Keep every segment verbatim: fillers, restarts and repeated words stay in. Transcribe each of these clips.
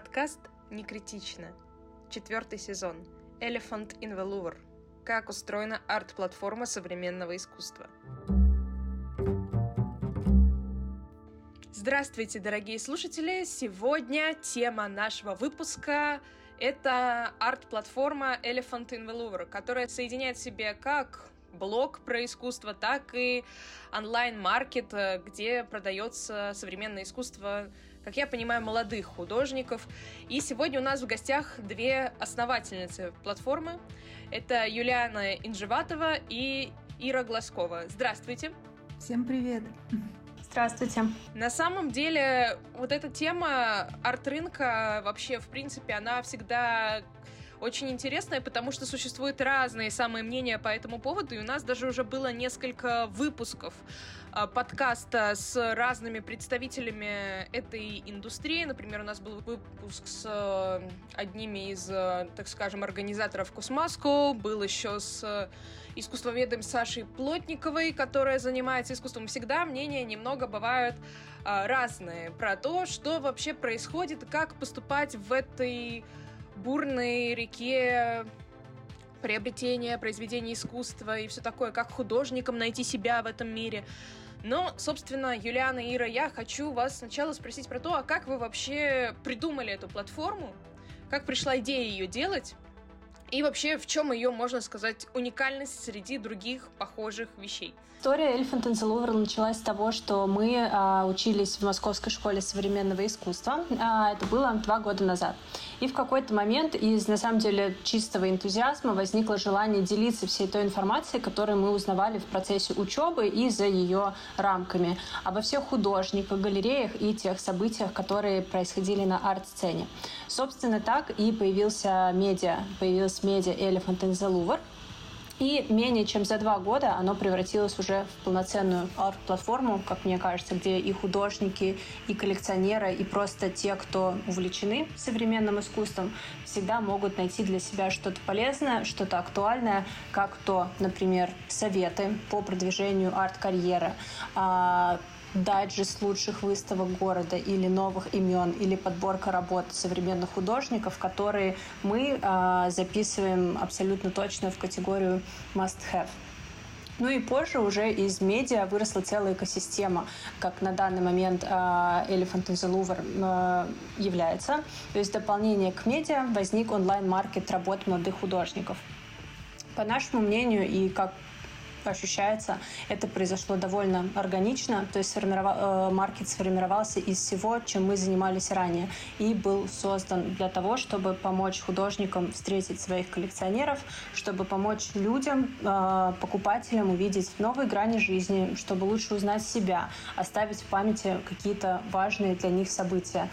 Подкаст «Не критично». Четвертый сезон. Elephant in the Louvre. Как устроена арт-платформа современного искусства. Здравствуйте, дорогие слушатели! Сегодня тема нашего выпуска — это арт-платформа Elephant in the Louvre, которая соединяет в себе как блог про искусство, так и онлайн-маркет, где продается современное искусство, как я понимаю, молодых художников. И сегодня у нас в гостях две основательницы платформы. Это Юлиана Инжеватова и Ира Глазкова. Здравствуйте! Всем привет! Здравствуйте. На самом деле, вот эта тема арт-рынка вообще, в принципе, она всегда очень интересная, потому что существуют разные самые мнения по этому поводу, и у нас даже уже было несколько выпусков подкаста с разными представителями этой индустрии. Например, у нас был выпуск с одними из, так скажем, организаторов Космаско, был еще с искусствоведом Сашей Плотниковой, которая занимается искусством. Всегда мнения немного бывают разные про то, что вообще происходит и как поступать в этой бурной реке приобретения, произведений искусства и все такое, как художникам найти себя в этом мире. Но, собственно, Юлиана и Ира, я хочу вас сначала спросить про то, а как вы вообще придумали эту платформу, как пришла идея ее делать, и вообще в чем ее, можно сказать, уникальность среди других похожих вещей? История Elephant in the Louvre началась с того, что мы а, учились в Московской школе современного искусства. А, это было два года назад. И в какой-то момент из, на самом деле, чистого энтузиазма возникло желание делиться всей той информацией, которую мы узнавали в процессе учебы и за ее рамками. Обо всех художниках, галереях и тех событиях, которые происходили на арт-сцене. Собственно, так и появился медиа, появился медиа Elephant in the Louvre. И менее чем за два года оно превратилось уже в полноценную арт-платформу, как мне кажется, где и художники, и коллекционеры, и просто те, кто увлечены современным искусством, всегда могут найти для себя что-то полезное, что-то актуальное, как то, например, советы по продвижению арт-карьеры, дайджест лучших выставок города или новых имен, или подборка работ современных художников, которые мы э, записываем абсолютно точно в категорию must-have. Ну и позже уже из медиа выросла целая экосистема, как на данный момент э, Elephant in the Louvre э, является. То есть в дополнение к медиа возник онлайн-маркет работ молодых художников. По нашему мнению и как ощущается, это произошло довольно органично, то есть сформирова... маркет сформировался из всего, чем мы занимались ранее, и был создан для того, чтобы помочь художникам встретить своих коллекционеров, чтобы помочь людям, покупателям увидеть новые грани жизни, чтобы лучше узнать себя, оставить в памяти какие-то важные для них события.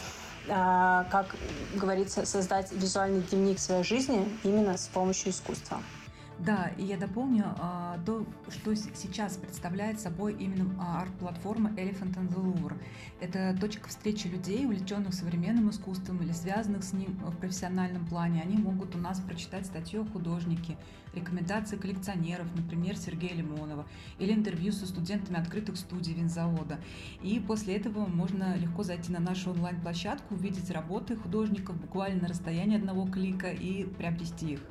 Как говорится, создать визуальный дневник своей жизни именно с помощью искусства. Да, и я дополню а, то, что сейчас представляет собой именно арт-платформа Elephant in the Louvre. Это точка встречи людей, увлеченных современным искусством или связанных с ним в профессиональном плане. Они могут у нас прочитать статью о художнике, рекомендации коллекционеров, например, Сергея Лимонова, или интервью со студентами открытых студий винзавода. И после этого можно легко зайти на нашу онлайн-площадку, увидеть работы художников буквально на расстоянии одного клика и приобрести их.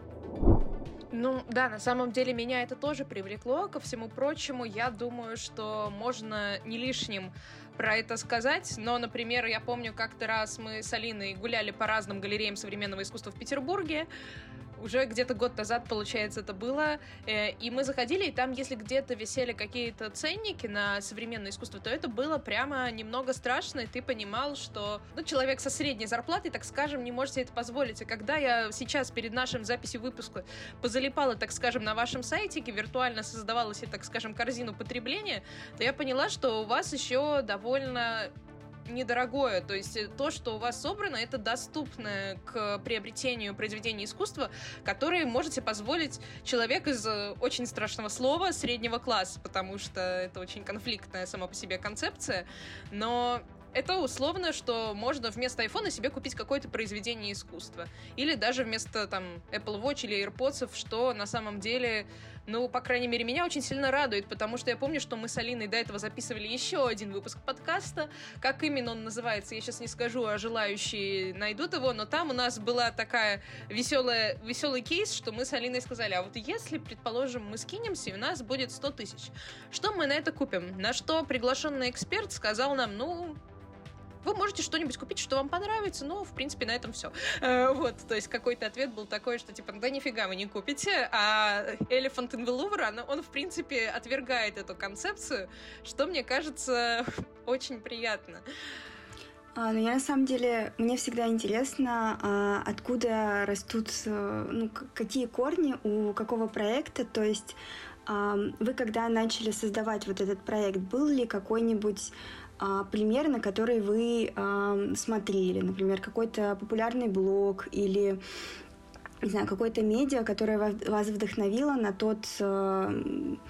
Ну да, на самом деле меня это тоже привлекло. Ко всему прочему, я думаю, что можно не лишним про это сказать. Но, например, я помню, как-то раз мы с Алиной гуляли по разным галереям современного искусства в Петербурге. Уже где-то год назад, получается, это было. И мы заходили, и там, если где-то висели какие-то ценники на современное искусство, то это было прямо немного страшно, и ты понимал, что ну, человек со средней зарплатой, так скажем, не может себе это позволить. И когда я сейчас перед нашим записью выпуска позалипала, так скажем, на вашем сайтике, виртуально создавала себе, так скажем, корзину потребления, то я поняла, что у вас еще довольно недорогое, то есть то, что у вас собрано, это доступно к приобретению произведений искусства, которые можете позволить человек из очень страшного слова среднего класса, потому что это очень конфликтная сама по себе концепция, но это условно, что можно вместо айфона себе купить какое-то произведение искусства. Или даже вместо там Apple Watch или AirPods, что на самом деле ну, по крайней мере, меня очень сильно радует, потому что я помню, что мы с Алиной до этого записывали еще один выпуск подкаста. Как именно он называется, я сейчас не скажу, а желающие найдут его, но там у нас была такая веселая, веселый кейс, что мы с Алиной сказали, а вот если, предположим, мы скинемся, и у нас будет сто тысяч, что мы на это купим? На что приглашенный эксперт сказал нам, ну... Вы можете что-нибудь купить, что вам понравится, но, в принципе, на этом все. Э, вот, то есть какой-то ответ был такой, что, типа, да нифига вы не купите, а Elephant in the Louvre, он, он, в принципе, отвергает эту концепцию, что, мне кажется, очень приятно. А, ну, я, на самом деле, мне всегда интересно, а, откуда растут, ну, какие корни у какого проекта, то есть а, вы, когда начали создавать вот этот проект, был ли какой-нибудь пример, на который вы э, смотрели, например, какой-то популярный блог или, не знаю, какое-то медиа, которое вас, вас вдохновило на тот, э,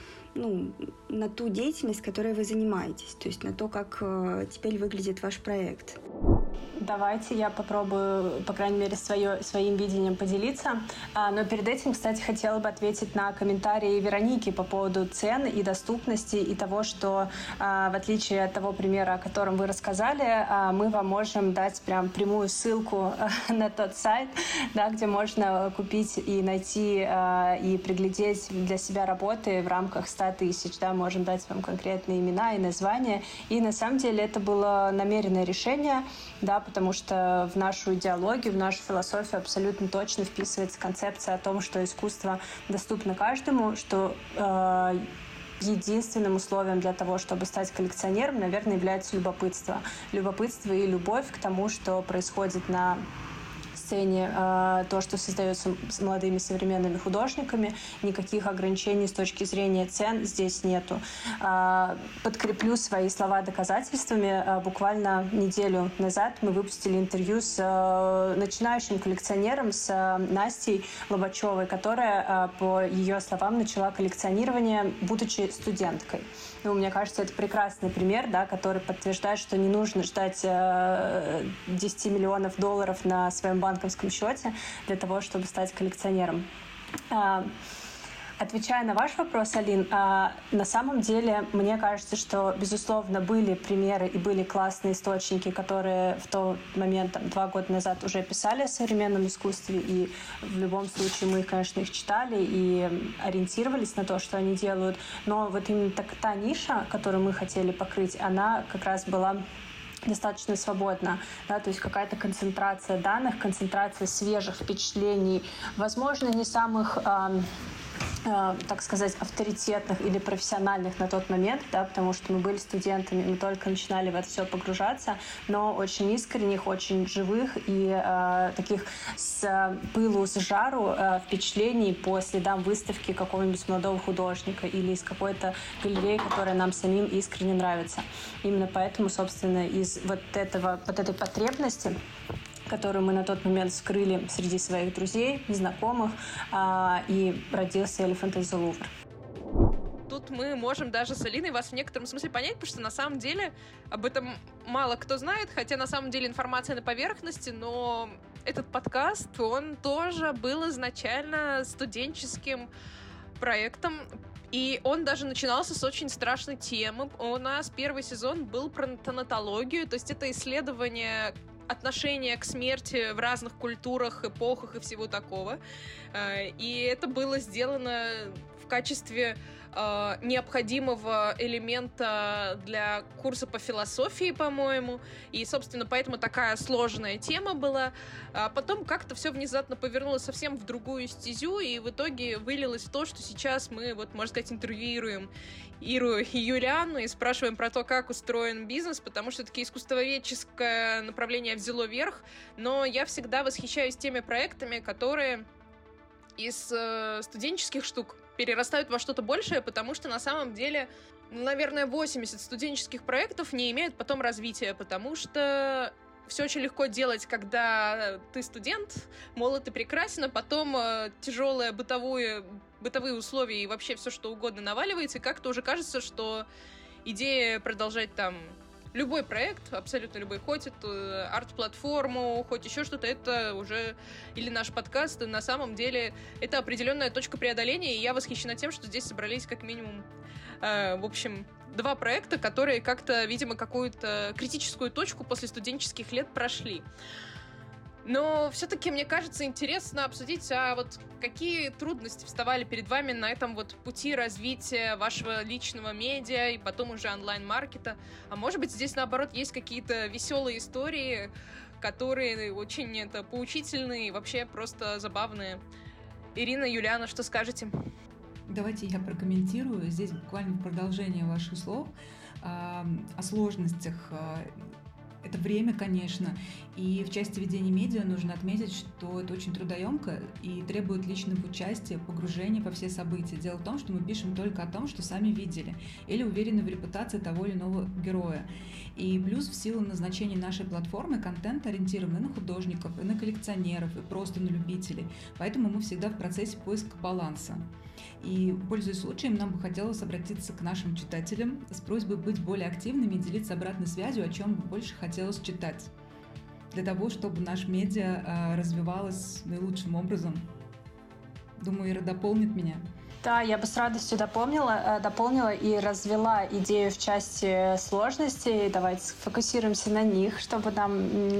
ну, на ту деятельность, которой вы занимаетесь, то есть на то, как э, теперь выглядит ваш проект. Давайте я попробую, по крайней мере, свое, своим видением поделиться. А, но перед этим, кстати, хотела бы ответить на комментарии Вероники по поводу цен и доступности и того, что а, в отличие от того примера, о котором вы рассказали, а, мы вам можем дать прям прямую ссылку а, на тот сайт, да, где можно купить и найти а, и приглядеть для себя работы в рамках ста тысяч. Да, можем дать вам конкретные имена и названия. И на самом деле это было намеренное решение, да, потому что в нашу идеологию, в нашу философию абсолютно точно вписывается концепция о том, что искусство доступно каждому, что э, единственным условием для того, чтобы стать коллекционером, наверное, является любопытство. Любопытство и любовь к тому, что происходит на сцене, э, то, что создается с молодыми современными художниками. Никаких ограничений с точки зрения цен здесь нету. Э, подкреплю свои слова доказательствами. Э, буквально неделю назад мы выпустили интервью с э, начинающим коллекционером, с э, Настей Лобачевой, которая, э, по ее словам, начала коллекционирование, будучи студенткой. Ну, мне кажется, это прекрасный пример, да, который подтверждает, что не нужно ждать э, десять миллионов долларов на своем банковском счете для того, чтобы стать коллекционером. Э, Отвечая на ваш вопрос, Алин, а, на самом деле, мне кажется, что, безусловно, были примеры и были классные источники, которые в тот момент, там, два года назад уже писали о современном искусстве, и в любом случае мы, конечно, их читали и ориентировались на то, что они делают. Но вот именно так, та ниша, которую мы хотели покрыть, она как раз была достаточно свободно, да, то есть какая-то концентрация данных, концентрация свежих впечатлений, возможно, не самых... Э, так сказать, авторитетных или профессиональных на тот момент, да, потому что мы были студентами, мы только начинали в это все погружаться, но очень искренних, очень живых и э, таких с пылу, с жару э, впечатлений по следам выставки какого-нибудь молодого художника или из какой-то галереи, которая нам самим искренне нравится. Именно поэтому, собственно, из вот этого, вот этой потребности, которую мы на тот момент вскрыли среди своих друзей, знакомых, а, и родился Elephant in the Louvre. Тут мы можем даже с Алиной вас в некотором смысле понять, потому что на самом деле об этом мало кто знает, хотя на самом деле информация на поверхности, но этот подкаст, он тоже был изначально студенческим проектом, и он даже начинался с очень страшной темы. У нас первый сезон был про тонатологию, то есть это исследование отношение к смерти в разных культурах, эпохах и всего такого. И это было сделано в качестве необходимого элемента для курса по философии, по-моему. И, собственно, поэтому такая сложная тема была. А потом как-то все внезапно повернулось совсем в другую стезю, и в итоге вылилось в то, что сейчас мы, вот, можно сказать, интервьюируем Иру и Юлиану и спрашиваем про то, как устроен бизнес, потому что таки искусствоведческое направление взяло верх, но я всегда восхищаюсь теми проектами, которые из э, студенческих штук перерастают во что-то большее, потому что на самом деле, ну, наверное, восемьдесят студенческих проектов не имеют потом развития, потому что все очень легко делать, когда ты студент, молод и прекрасен, а потом э, тяжелые бытовые, бытовые условия и вообще все что угодно наваливается, и как-то уже кажется, что идея продолжать там любой проект, абсолютно любой, хоть это арт-платформу, хоть еще что-то, это уже, или наш подкаст, на самом деле это определенная точка преодоления, и я восхищена тем, что здесь собрались как минимум, э, в общем, два проекта, которые как-то, видимо, какую-то критическую точку после студенческих лет прошли. Но все-таки, мне кажется, интересно обсудить, а вот какие трудности вставали перед вами на этом вот пути развития вашего личного медиа и потом уже онлайн-маркета. А может быть, здесь, наоборот, есть какие-то веселые истории, которые очень это, поучительные и вообще просто забавные. Ирина, Юлиана, что скажете? Давайте я прокомментирую. Здесь буквально в продолжение ваших слов о сложностях. Это время, конечно, и в части ведения медиа нужно отметить, что это очень трудоемко и требует личного участия, погружения во все события. Дело в том, что мы пишем только о том, что сами видели, или уверены в репутации того или иного героя. И плюс в силу назначения нашей платформы контент ориентирован и на художников, и на коллекционеров, и просто на любителей. Поэтому мы всегда в процессе поиска баланса. И, пользуясь случаем, нам бы хотелось обратиться к нашим читателям с просьбой быть более активными и делиться обратной связью, о чем бы больше хотелось читать, для того, чтобы наш медиа э, развивалось наилучшим образом. Думаю, Ира дополнит меня. Да, я бы с радостью дополнила, дополнила и развела идею в части сложностей. Давайте сфокусируемся на них, чтобы нам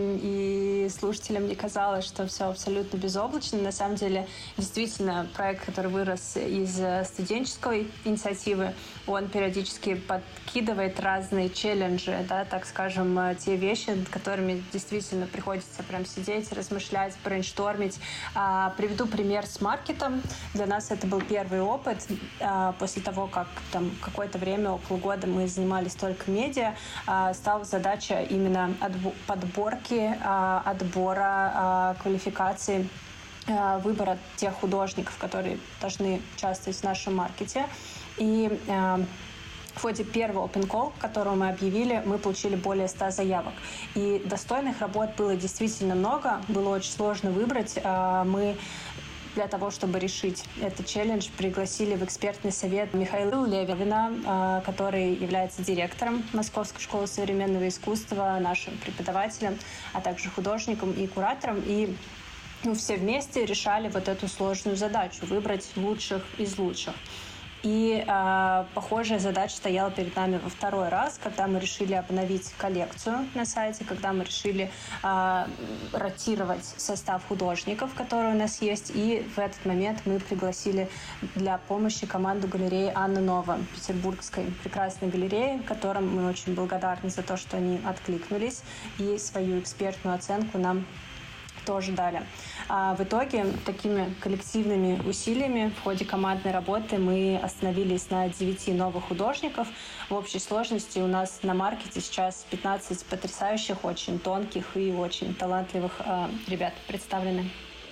и слушателям не казалось, что все абсолютно безоблачно. На самом деле, действительно, проект, который вырос из студенческой инициативы, он периодически подкидывает разные челленджи, да, так скажем, те вещи, над которыми действительно приходится прям сидеть, размышлять, брейнштормить. А, приведу пример с маркетом. Для нас это был первый опыт. После того, как там какое-то время, около года, мы занимались только медиа, стала задача именно подборки, отбора, квалификации, выбора тех художников, которые должны участвовать в нашем маркете. И в ходе первого Open Call, которого мы объявили, мы получили более ста заявок. И достойных работ было действительно много, было очень сложно выбрать. Мы для того, чтобы решить этот челлендж, пригласили в экспертный совет Михаила Левина, который является директором Московской школы современного искусства, нашим преподавателем, а также художником и куратором. И мы все вместе решали вот эту сложную задачу — выбрать лучших из лучших. И э, похожая задача стояла перед нами во второй раз, когда мы решили обновить коллекцию на сайте, когда мы решили э, ротировать состав художников, которые у нас есть. И в этот момент мы пригласили для помощи команду галереи Анна Нова, петербургской прекрасной галереи, которым мы очень благодарны за то, что они откликнулись и свою экспертную оценку нам тоже дали. А в итоге такими коллективными усилиями в ходе командной работы мы остановились на девяти новых художников. В общей сложности у нас на маркете сейчас пятнадцать потрясающих, очень тонких и очень талантливых э, ребят представлены.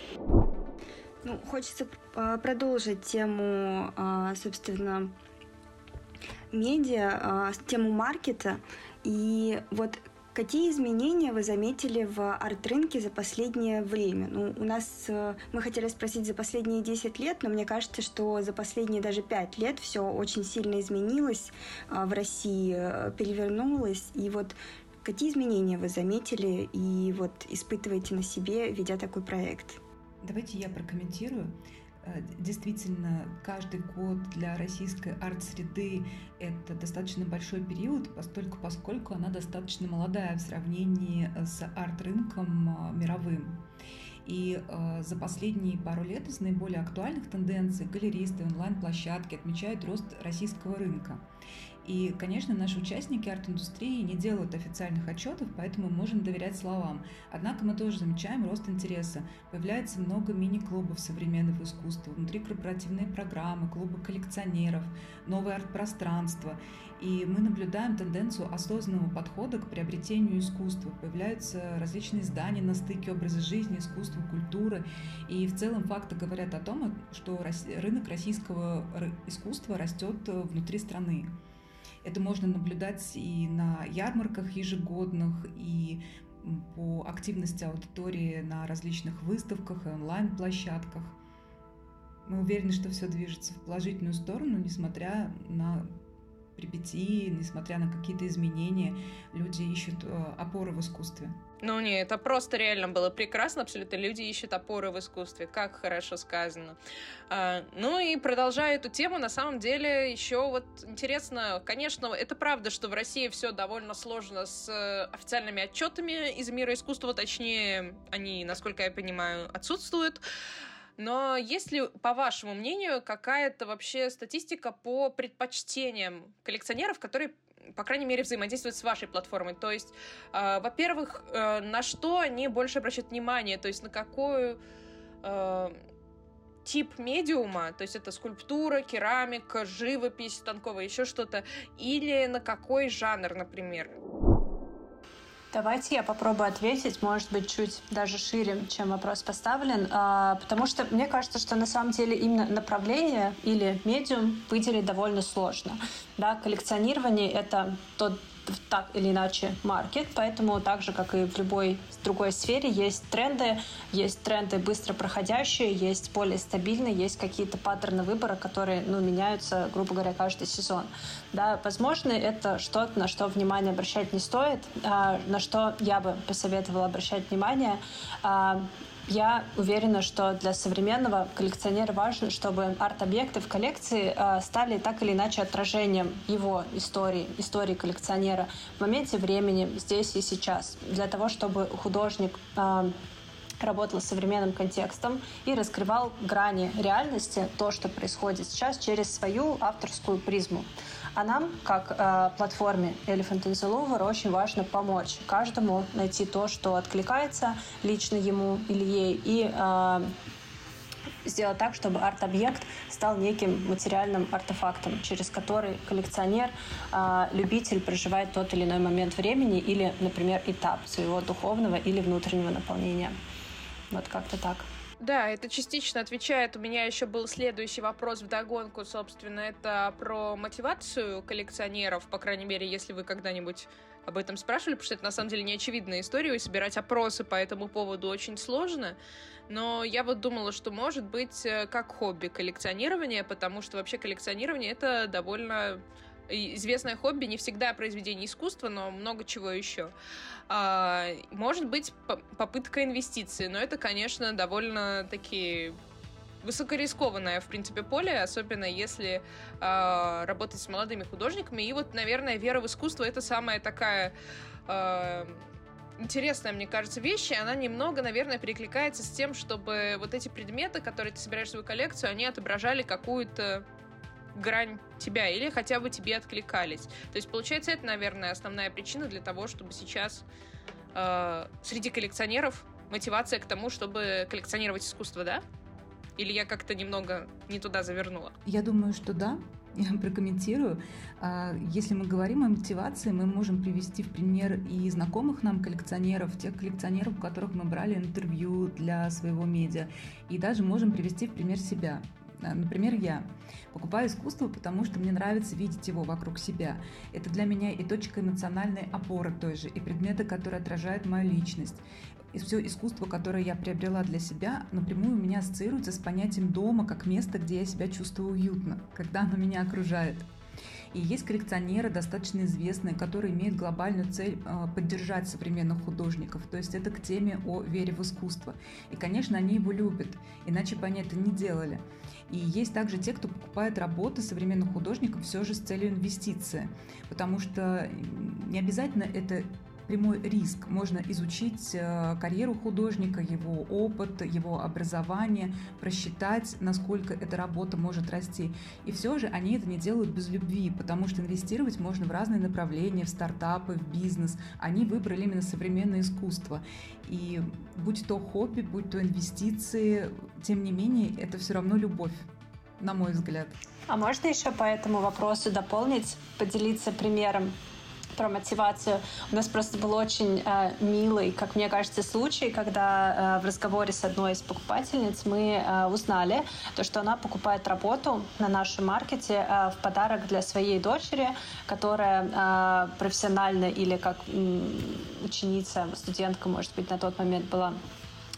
Ну, хочется э, продолжить тему, э, собственно, медиа, э, тему маркета. И вот какие изменения вы заметили в арт-рынке за последнее время? Ну, у нас, мы хотели спросить за последние десять лет, но мне кажется, что за последние даже пять лет все очень сильно изменилось в России, перевернулось. И вот какие изменения вы заметили и вот испытываете на себе, ведя такой проект? Давайте я прокомментирую. Действительно, каждый год для российской арт-среды это достаточно большой период, постольку, поскольку она достаточно молодая в сравнении с арт-рынком мировым. И э, за последние пару лет из наиболее актуальных тенденций галеристы, онлайн-площадки отмечают рост российского рынка. И, конечно, наши участники арт-индустрии не делают официальных отчетов, поэтому мы можем доверять словам. Однако мы тоже замечаем рост интереса. Появляется много мини-клубов современного искусства, внутрикорпоративные программы, клубы коллекционеров, новые арт-пространства. И мы наблюдаем тенденцию осознанного подхода к приобретению искусства. Появляются различные издания на стыке образа жизни, искусства, культуры. И в целом факты говорят о том, что рынок российского искусства растет внутри страны. Это можно наблюдать и на ярмарках ежегодных, и по активности аудитории на различных выставках и онлайн-площадках. Мы уверены, что все движется в положительную сторону, несмотря на перипетии, несмотря на какие-то изменения, люди ищут опоры в искусстве. Ну не, это просто реально было прекрасно, абсолютно. Люди ищут опоры в искусстве, как хорошо сказано. А, ну и продолжая эту тему, на самом деле еще вот интересно, конечно, это правда, что в России все довольно сложно с официальными отчетами из мира искусства, точнее, они, насколько я понимаю, отсутствуют. Но есть ли, по вашему мнению, какая-то вообще статистика по предпочтениям коллекционеров, которые, по крайней мере, взаимодействуют с вашей платформой? То есть, э, во-первых, э, на что они больше обращают внимание? То есть, на какой э, тип медиума? То есть, это скульптура, керамика, живопись станковая, еще что-то? Или на какой жанр, например? Давайте я попробую ответить, может быть, чуть даже шире, чем вопрос поставлен, а, потому что мне кажется, что на самом деле именно направление или медиум выделить довольно сложно. Да, коллекционирование — это тот так или иначе маркет, поэтому так же, как и в любой другой сфере, есть тренды, есть тренды быстро проходящие, есть более стабильные, есть какие-то паттерны выбора, которые, ну, меняются, грубо говоря, каждый сезон. Да, возможно, это что-то, на что внимание обращать не стоит, а, на что я бы посоветовала обращать внимание. А, Я уверена, что для современного коллекционера важно, чтобы арт-объекты в коллекции э, стали так или иначе отражением его истории, истории коллекционера в моменте времени, здесь и сейчас, для того, чтобы художник э, работал с современным контекстом и раскрывал грани реальности, то, что происходит сейчас, через свою авторскую призму. А нам, как э, платформе Elephant in the Louvre, очень важно помочь каждому найти то, что откликается лично ему или ей, и э, сделать так, чтобы арт-объект стал неким материальным артефактом, через который коллекционер, э, любитель проживает тот или иной момент времени или, например, этап своего духовного или внутреннего наполнения. Вот как-то так. Да, это частично отвечает. У меня еще был следующий вопрос вдогонку, собственно, это про мотивацию коллекционеров, по крайней мере, если вы когда-нибудь об этом спрашивали, потому что это на самом деле неочевидная история, и собирать опросы по этому поводу очень сложно. Но я вот думала, что может быть как хобби коллекционирование, потому что вообще коллекционирование — это довольно известное хобби, не всегда произведение искусства, но много чего еще. А, может быть, попытка инвестиции, но это, конечно, довольно-таки высокорискованное, в принципе, поле, особенно если а, работать с молодыми художниками. И вот, наверное, вера в искусство — это самая такая а, интересная, мне кажется, вещь, и она немного, наверное, перекликается с тем, чтобы вот эти предметы, которые ты собираешь в свою коллекцию, они отображали какую-то грань тебя или хотя бы тебе откликались. То есть, получается, это, наверное, основная причина для того, чтобы сейчас э, среди коллекционеров мотивация к тому, чтобы коллекционировать искусство, да? Или я как-то немного не туда завернула? Я думаю, что да. Я прокомментирую. Если мы говорим о мотивации, мы можем привести в пример и знакомых нам коллекционеров, тех коллекционеров, у которых мы брали интервью для своего медиа, и даже можем привести в пример себя. Например, я покупаю искусство, потому что мне нравится видеть его вокруг себя. Это для меня и точка эмоциональной опоры той же, и предметы, которые отражают мою личность. И все искусство, которое я приобрела для себя, напрямую у меня ассоциируется с понятием дома как место, где я себя чувствую уютно, когда оно меня окружает. И есть коллекционеры, достаточно известные, которые имеют глобальную цель э, поддержать современных художников. То есть это к теме о вере в искусство. И, конечно, они его любят, иначе бы они это не делали. И есть также те, кто покупает работы современных художников все же с целью инвестиции. Потому что не обязательно это прямой риск. Можно изучить карьеру художника, его опыт, его образование, просчитать, насколько эта работа может расти. И все же они это не делают без любви, потому что инвестировать можно в разные направления, в стартапы, в бизнес. Они выбрали именно современное искусство. И будь то хобби, будь то инвестиции, тем не менее, это все равно любовь, на мой взгляд. А можно еще по этому вопросу дополнить, поделиться примером про мотивацию? У нас просто был очень э, милый, как мне кажется, случай, когда э, в разговоре с одной из покупательниц мы э, узнали, то, что она покупает работу на нашем маркете э, в подарок для своей дочери, которая э, профессионально или как м, ученица, студентка, может быть, на тот момент была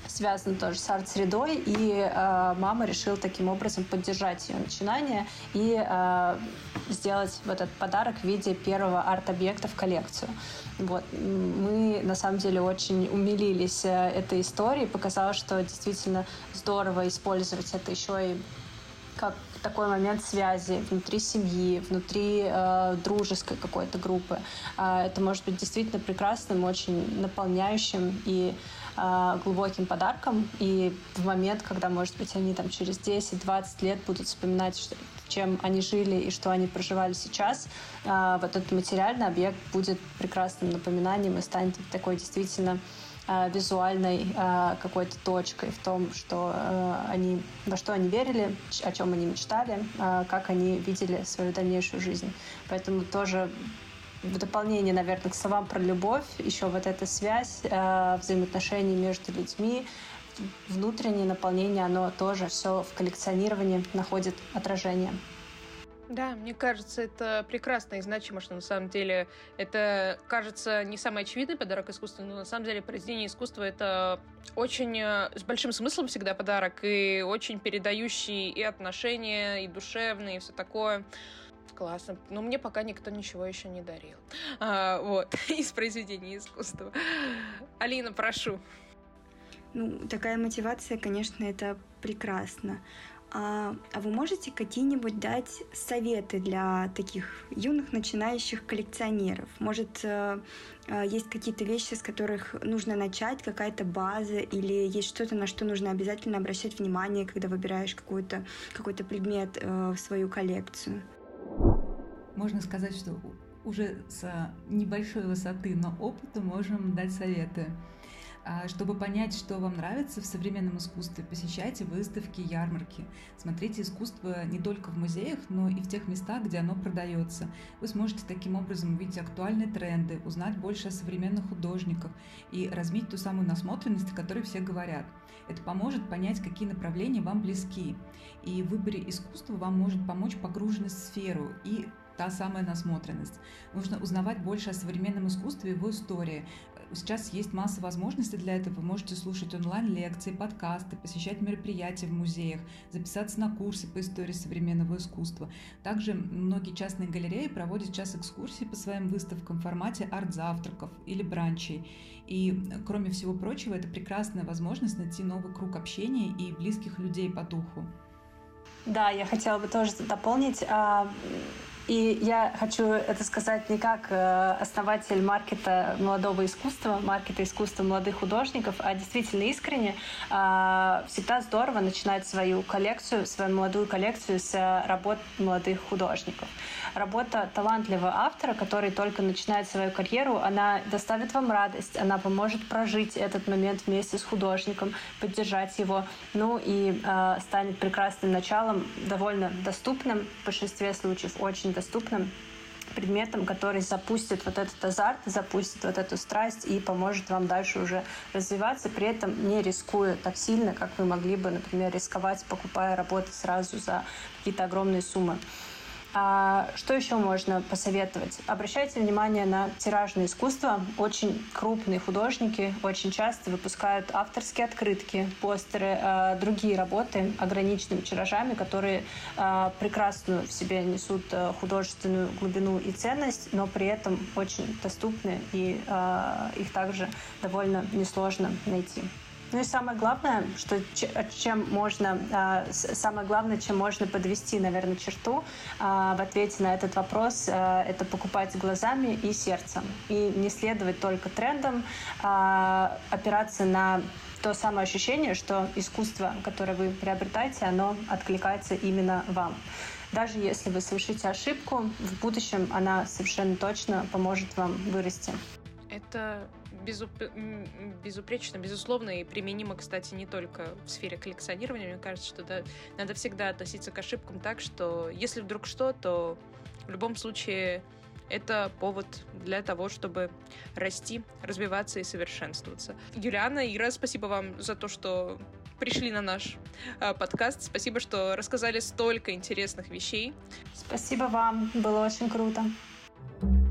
связано тоже с арт-средой, и э, мама решила таким образом поддержать ее начинание и э, сделать вот этот подарок в виде первого арт-объекта в коллекцию. Вот. Мы, на самом деле, очень умилились этой историей. Показалось, что действительно здорово использовать это еще и как такой момент связи внутри семьи, внутри э, дружеской какой-то группы. Э, это может быть действительно прекрасным, очень наполняющим и э, глубоким подарком. И в момент, когда, может быть, они там через десять-двадцать лет будут вспоминать, что, чем они жили и что они проживали сейчас, э, вот этот материальный объект будет прекрасным напоминанием и станет такой действительно визуальной э, какой-то точкой в том, что э, они, во что они верили, о чем они мечтали, э, как они видели свою дальнейшую жизнь. Поэтому тоже в дополнение, наверное, к словам про любовь, еще вот эта связь, э, взаимоотношений между людьми, внутреннее наполнение, оно тоже все в коллекционировании находит отражение. Да, мне кажется, это прекрасно и значимо, что на самом деле это, кажется, не самый очевидный подарок искусства, но на самом деле произведение искусства — это очень с большим смыслом всегда подарок и очень передающий и отношения, и душевные, и все такое. Классно. Но мне пока никто ничего еще не дарил. А, вот, из произведений искусства. Алина, прошу. Ну, такая мотивация, конечно, это прекрасно. А, а вы можете какие-нибудь дать советы для таких юных начинающих коллекционеров? Может, э, э, есть какие-то вещи, с которых нужно начать, какая-то база, или есть что-то, на что нужно обязательно обращать внимание, когда выбираешь какой-то, какой-то предмет э, в свою коллекцию? Можно сказать, что уже с небольшой высоты, но опыта можем дать советы. Чтобы понять, что вам нравится в современном искусстве, посещайте выставки, ярмарки. Смотрите искусство не только в музеях, но и в тех местах, где оно продается. Вы сможете таким образом увидеть актуальные тренды, узнать больше о современных художниках и развить ту самую насмотренность, о которой все говорят. Это поможет понять, какие направления вам близки. И в выборе искусства вам может помочь погруженность в сферу и та самая насмотренность. Нужно узнавать больше о современном искусстве и его истории. Сейчас есть масса возможностей для этого. Вы можете слушать онлайн-лекции, подкасты, посещать мероприятия в музеях, записаться на курсы по истории современного искусства. Также многие частные галереи проводят сейчас экскурсии по своим выставкам в формате арт-завтраков или бранчей. И, кроме всего прочего, это прекрасная возможность найти новый круг общения и близких людей по духу. Да, я хотела бы тоже дополнить. И я хочу это сказать не как основатель маркета молодого искусства, маркета искусства молодых художников, а действительно искренне. Всегда здорово начинать свою коллекцию, свою молодую коллекцию с работ молодых художников. Работа талантливого автора, который только начинает свою карьеру, она доставит вам радость, она поможет прожить этот момент вместе с художником, поддержать его, ну и э, станет прекрасным началом, довольно доступным, в большинстве случаев очень доступным предметом, который запустит вот этот азарт, запустит вот эту страсть и поможет вам дальше уже развиваться, при этом не рискуя так сильно, как вы могли бы, например, рисковать, покупая работы сразу за какие-то огромные суммы. А что еще можно посоветовать? Обращайте внимание на тиражное искусство. Очень крупные художники очень часто выпускают авторские открытки, постеры, э, другие работы ограниченными тиражами, которые э, прекрасно в себе несут э, художественную глубину и ценность, но при этом очень доступны, и э, их также довольно несложно найти. Ну и самое главное, что чем можно, самое главное, чем можно подвести, наверное, черту в ответе на этот вопрос, это покупать глазами и сердцем. И не следовать только трендам, а опираться на то самое ощущение, что искусство, которое вы приобретаете, оно откликается именно вам. Даже если вы совершите ошибку, в будущем она совершенно точно поможет вам вырасти. Это безуп... безупречно, безусловно, и применимо, кстати, не только в сфере коллекционирования. Мне кажется, что да, надо всегда относиться к ошибкам так, что если вдруг что, то в любом случае это повод для того, чтобы расти, развиваться и совершенствоваться. Юлиана, Ира, спасибо вам за то, что пришли на наш э, подкаст. Спасибо, что рассказали столько интересных вещей. Спасибо вам, было очень круто.